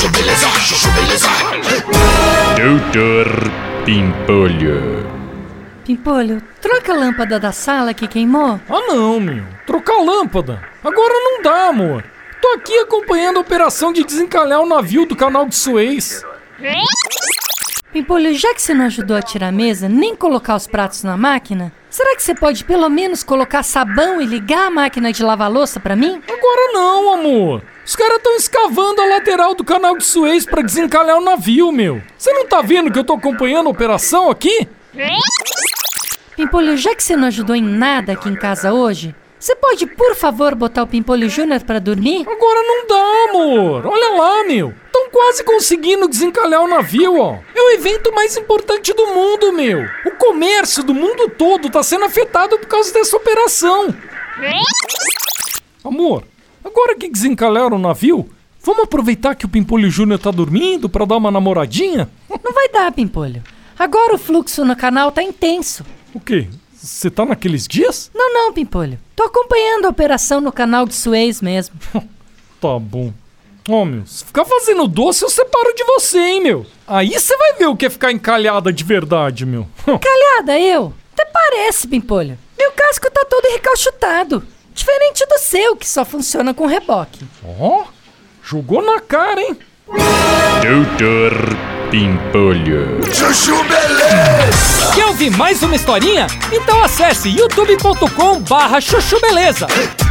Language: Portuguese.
chuchu beleza, chuchu beleza. Doutor Pimpolho. Pimpolho, troca a lâmpada da sala que queimou. Ah não, meu. Trocar lâmpada? Agora não dá, amor. Tô aqui acompanhando a operação de desencalhar o navio do canal de Suez. Pimpolho, já que você não ajudou a tirar a mesa, nem colocar os pratos na máquina, será que você pode pelo menos colocar sabão e ligar a máquina de lavar louça pra mim? Agora não, amor. Os caras estão escavando a lateral do canal de Suez pra desencalhar o navio, meu. Você não tá vendo que eu tô acompanhando a operação aqui? Pimpolho, já que você não ajudou em nada aqui em casa hoje, você pode, por favor, botar o Pimpolho Júnior pra dormir? Agora não dá, amor. Olha lá, meu. Estão quase conseguindo desencalhar o navio, ó. É o evento mais importante do mundo, meu. O comércio do mundo todo tá sendo afetado por causa dessa operação. Amor, agora que desencalharam o navio, vamos aproveitar que o Pimpolho Júnior tá dormindo pra dar uma namoradinha? Não vai dar, Pimpolho. Agora o fluxo no canal tá intenso. O quê? Você tá naqueles dias? Não, Pimpolho. Tô acompanhando a operação no canal de Suez mesmo. Tá bom. Ó, meu, se ficar fazendo doce, eu separo de você, hein, meu. Aí você vai ver o que é ficar encalhada de verdade, meu. Calhada, eu? Até parece, Pimpolho. Meu casco tá todo recalchutado. Diferente do seu, que só funciona com reboque. Ó, jogou na cara, hein? Doutor Pimpolho. Chuchu beleza. Quer ouvir mais uma historinha? Então acesse youtube.com/chuchubeleza.